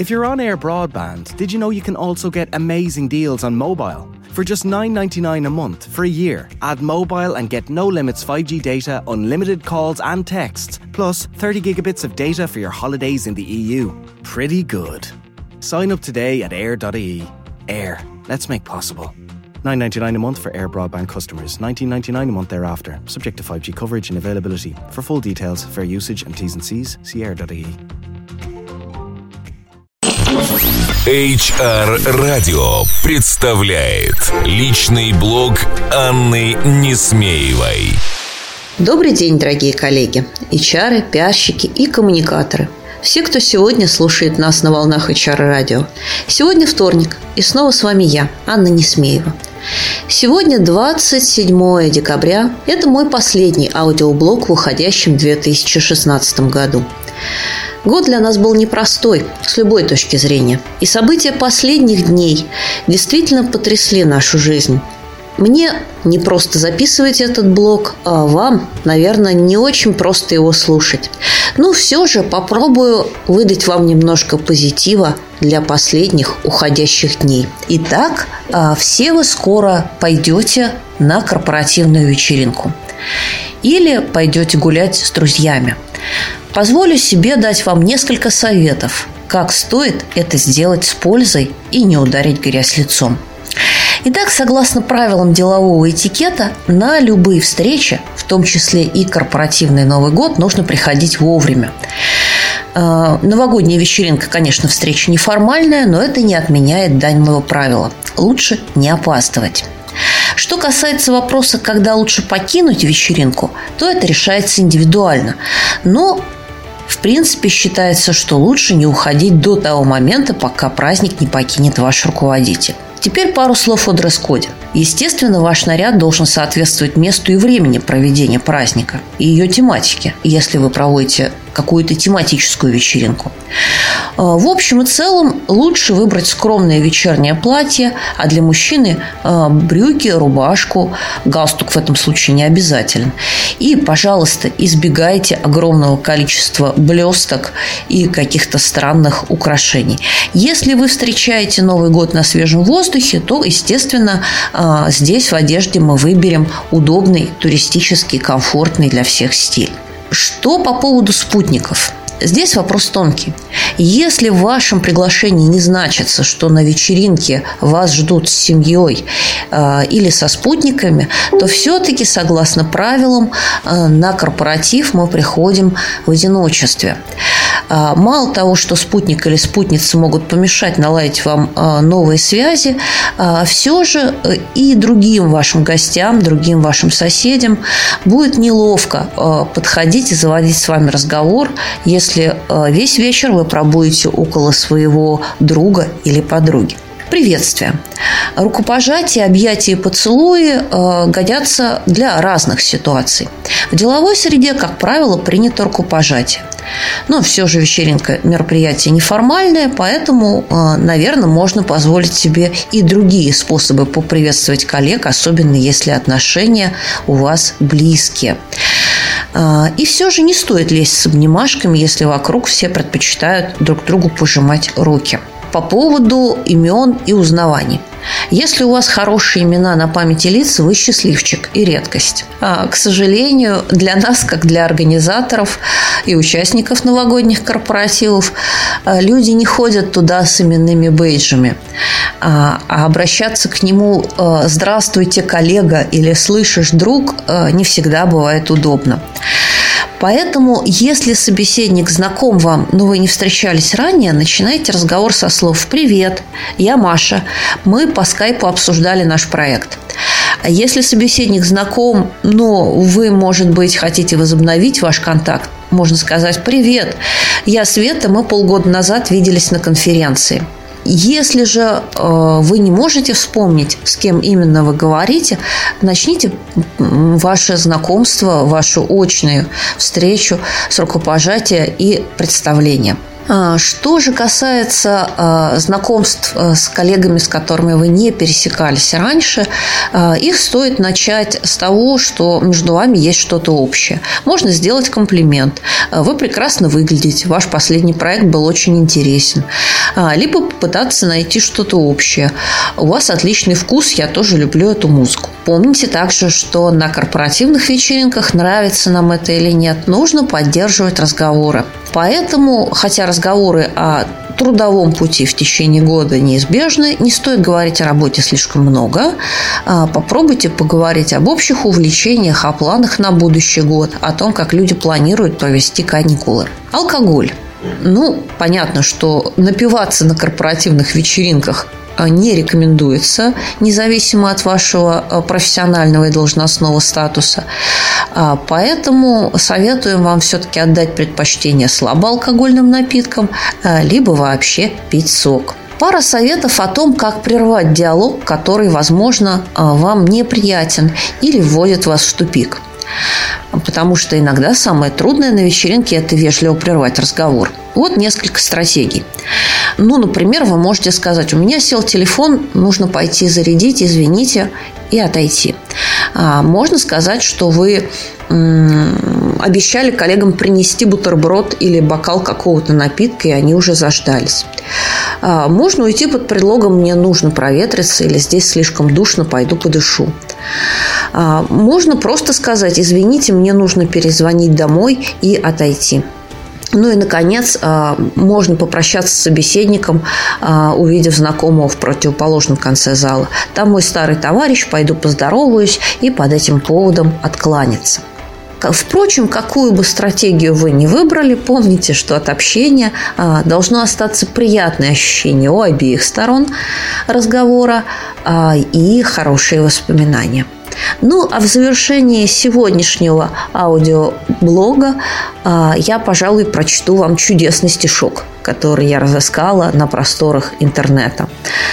If you're on Air Broadband, did you know you can also get amazing deals on mobile? For just $9.99 a month for a year, add mobile and get no limits 5G data, unlimited calls and texts, plus 30 gigabits of data for your holidays in the EU. Pretty good. Sign up today at air.ie. Air. Let's make possible. $9.99 a month for Air Broadband customers. $19.99 a month thereafter. Subject to 5G coverage and availability. For full details, fair usage and T's and C's, see air.ie. HR Radio представляет личный блог Анны Несмеевой. Добрый день, дорогие коллеги, HR, пиарщики и коммуникаторы. Все, кто сегодня слушает нас на волнах HR Radio. Сегодня вторник, и снова с вами я, Анна Несмеева. Сегодня 27 декабря. Это мой последний аудиоблог в уходящем 2016 году. Год для нас был непростой с любой точки зрения. И события последних дней действительно потрясли нашу жизнь. Мне не просто записывать этот блог, а вам, наверное, не очень просто его слушать. Но все же попробую выдать вам немножко позитива для последних уходящих дней. Итак, все вы скоро пойдете на корпоративную вечеринку. Или пойдете гулять с друзьями. Позволю себе дать вам несколько советов, как стоит это сделать с пользой и не ударить грязь лицом. Итак, согласно правилам делового этикета, на любые встречи, в том числе и корпоративный Новый год, нужно приходить вовремя. Новогодняя вечеринка, конечно, встреча неформальная, но это не отменяет данного правила. Лучше не опаздывать. Что касается вопроса, когда лучше покинуть вечеринку, то это решается индивидуально. Но, в принципе, считается, что лучше не уходить до того момента, пока праздник не покинет ваш руководитель. Теперь пару слов о дресс-коде. Естественно, ваш наряд должен соответствовать месту и времени проведения праздника и ее тематике, если вы проводите какую-то тематическую вечеринку. В общем и целом, лучше выбрать скромное вечернее платье, а для мужчины брюки, рубашку, галстук в этом случае не обязателен. И, пожалуйста, избегайте огромного количества блесток и каких-то странных украшений. Если вы встречаете Новый год на свежем воздухе, то, естественно, здесь в одежде мы выберем удобный, туристический, комфортный для всех стиль. Что по поводу спутников? Здесь вопрос тонкий. Если в вашем приглашении не значится, что на вечеринке вас ждут с семьей или со спутниками, то все-таки, согласно правилам, на корпоратив мы приходим в одиночестве. Мало того, что спутник или спутница могут помешать наладить вам новые связи, все же и другим вашим гостям, другим вашим соседям будет неловко подходить и заводить с вами разговор, если весь вечер вы пробудете около своего друга или подруги. Приветствие. Рукопожатия, объятия и поцелуи годятся для разных ситуаций. В деловой среде, как правило, принято рукопожатие. Но все же вечеринка – мероприятие неформальное, поэтому, наверное, можно позволить себе и другие способы поприветствовать коллег, особенно если отношения у вас близкие. И все же не стоит лезть с обнимашками, если вокруг все предпочитают друг другу пожимать руки. По поводу имен и узнаваний. Если у вас хорошие имена на памяти лиц, вы счастливчик и редкость. К сожалению, для нас, как для организаторов и участников новогодних корпоративов, люди не ходят туда с именными бейджами. А обращаться к нему «Здравствуйте, коллега» или «Слышишь, друг» не всегда бывает удобно. Поэтому, если собеседник знаком вам, но вы не встречались ранее, начинайте разговор со слов «Привет, я Маша, мы по скайпу обсуждали наш проект». А если собеседник знаком, но вы, может быть, хотите возобновить ваш контакт, можно сказать «Привет, я Света, мы полгода назад виделись на конференции». Если же вы не можете вспомнить, с кем именно вы говорите, начните ваше знакомство, вашу очную встречу с рукопожатия и представления. Что же касается знакомств с коллегами, с которыми вы не пересекались раньше, их стоит начать с того, что между вами есть что-то общее. Можно сделать комплимент. Вы прекрасно выглядите, ваш последний проект был очень интересен. Либо попытаться найти что-то общее. У вас отличный вкус, я тоже люблю эту музыку. Помните также, что на корпоративных вечеринках, нравится нам это или нет, нужно поддерживать разговоры. Поэтому, хотя разговоры о трудовом пути в течение года неизбежны, не стоит говорить о работе слишком много. Попробуйте поговорить об общих увлечениях, о планах на будущий год, о том, как люди планируют провести каникулы. Алкоголь. Понятно, что напиваться на корпоративных вечеринках не рекомендуется, независимо от вашего профессионального и должностного статуса. Поэтому советуем вам все-таки отдать предпочтение слабоалкогольным напиткам, либо вообще пить сок. Пара советов о том, как прервать диалог, который, возможно, вам неприятен или вводит вас в тупик. Потому что иногда самое трудное на вечеринке – это вежливо прервать разговор. Вот несколько стратегий. Например, вы можете сказать: у меня сел телефон, нужно пойти зарядить, извините, и отойти. Можно сказать, что вы обещали коллегам принести бутерброд или бокал какого-то напитка, и они уже заждались. Можно уйти под предлогом: мне нужно проветриться, или здесь слишком душно, пойду подышу. Можно просто сказать: извините, мне нужно перезвонить домой, и отойти. И, наконец, можно попрощаться с собеседником, увидев знакомого в противоположном конце зала. Там мой старый товарищ, пойду поздороваюсь, и под этим поводом откланяться. Впрочем, какую бы стратегию вы ни выбрали, помните, что от общения должно остаться приятное ощущение у обеих сторон разговора и хорошие воспоминания. А в завершении сегодняшнего аудиоблога я, пожалуй, прочту вам чудесный стишок, который я разыскала на просторах интернета.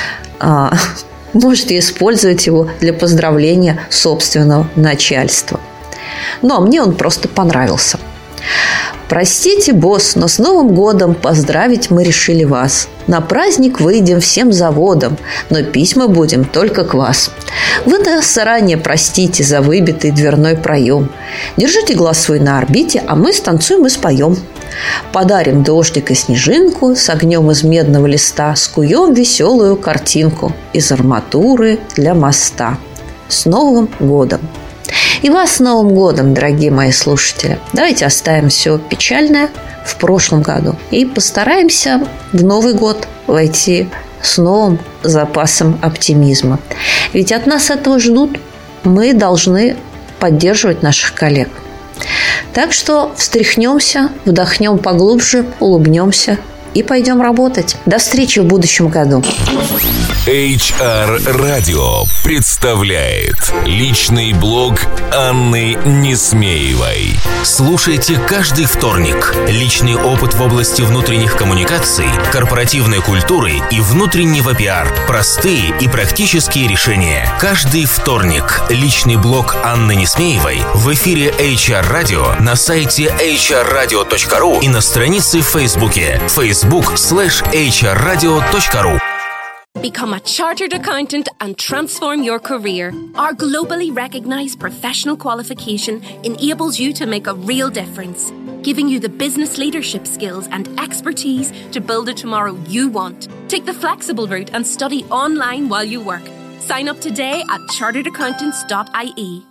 Можете использовать его для поздравления собственного начальства. А мне он просто понравился. Простите, босс, но с Новым годом поздравить мы решили вас. На праздник выйдем всем заводом, но письма будем только к вас. Вы нас заранее простите за выбитый дверной проем. Держите глаз свой на орбите, а мы станцуем и споем. Подарим дождик и снежинку, с огнем из медного листа скуем веселую картинку из арматуры для моста. С Новым годом! И вас с Новым годом, дорогие мои слушатели! Давайте оставим все печальное в прошлом году и постараемся в Новый год войти с новым запасом оптимизма. Ведь от нас этого ждут. Мы должны поддерживать наших коллег. Так что встряхнемся, вдохнем поглубже, улыбнемся и пойдем работать. До встречи в будущем году. HR Radio представляет личный блог Анны Несмеевой. Слушайте каждый вторник. Личный опыт в области внутренних коммуникаций, корпоративной культуры и внутреннего пиар. Простые и практические решения. Каждый вторник. Личный блог Анны Несмеевой в эфире HR Radio на сайте hrradio.ru и на странице в Фейсбуке facebook.com/hrradio.ru. Become a chartered accountant and transform your career. Our globally recognized professional qualification enables you to make a real difference, giving you the business leadership skills and expertise to build a tomorrow you want. Take the flexible route and study online while you work. Sign up today at charteredaccountants.ie.